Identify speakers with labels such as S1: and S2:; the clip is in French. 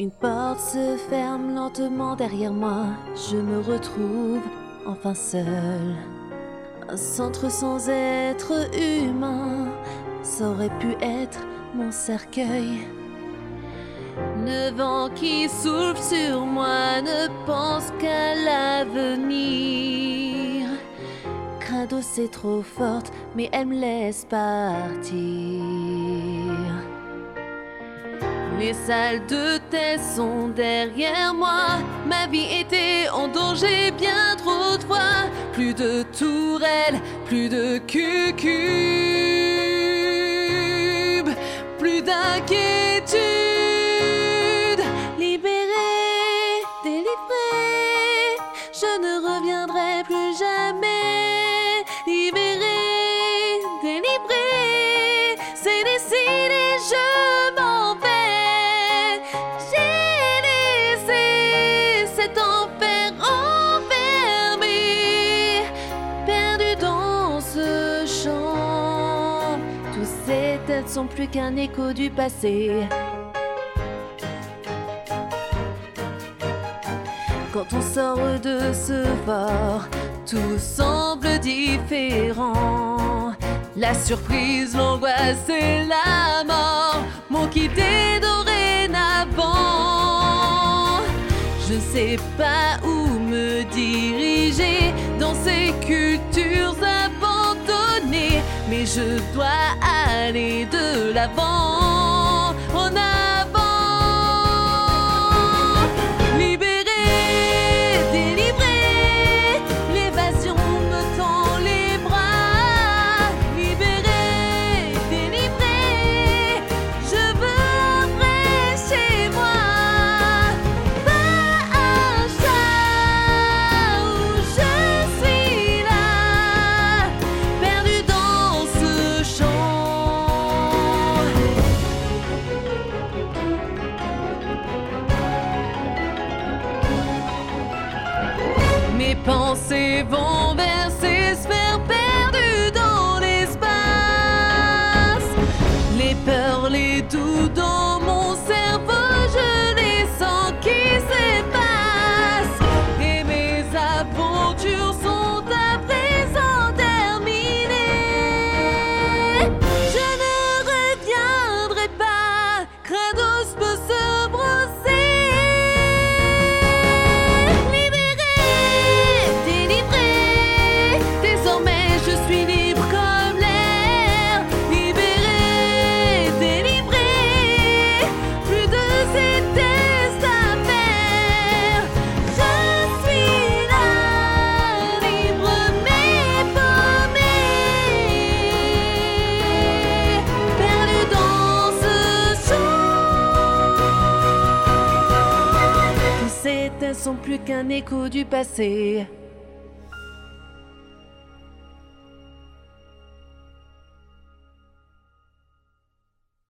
S1: Une porte se ferme lentement derrière moi. Je me retrouve enfin seule. Un centre sans être humain, ça aurait pu être mon cercueil. Le vent qui souffle sur moi ne pense qu'à l'avenir. Crado c'est trop forte, mais elle me laisse partir. Les salles de test sont derrière moi. Ma vie était en danger bien trop de fois. Plus de tourelles, plus de cucubes, plus d'inquiétude. Libérée, délivrée, je ne reviendrai plus jamais. Libérée, délivrée, c'est décidé, je m'en vais. Ces têtes sont plus qu'un écho du passé. Quand on sort de ce fort, tout semble différent. La surprise, l'angoisse et la mort m'ont quitté dorénavant. Je sais pas où me diriger dans ces cultures abandonnées, mais je dois aller de l'avant, en avant. Libérée, délivrée, l'évasion me tend les bras. Libérée, délivrée, je veux rentrer chez moi. Pas un chat où je suis là, perdue dans ce champ. Mes pensées vont vers ces sphères perdues dans l'espace. Les peurs, les doutes dans mon cerveau, je les sens qui s'effacent. Et mes aventures sont à présent terminées. Je ne reviendrai pas, Kratos peut se brosser. Désormais je suis libre comme l'air. Libérée, délivrée, plus de ces tests à faire. Je suis là, libre mais paumée, perdue dans ce champ. Tous ces tests sont plus qu'un écho du passé.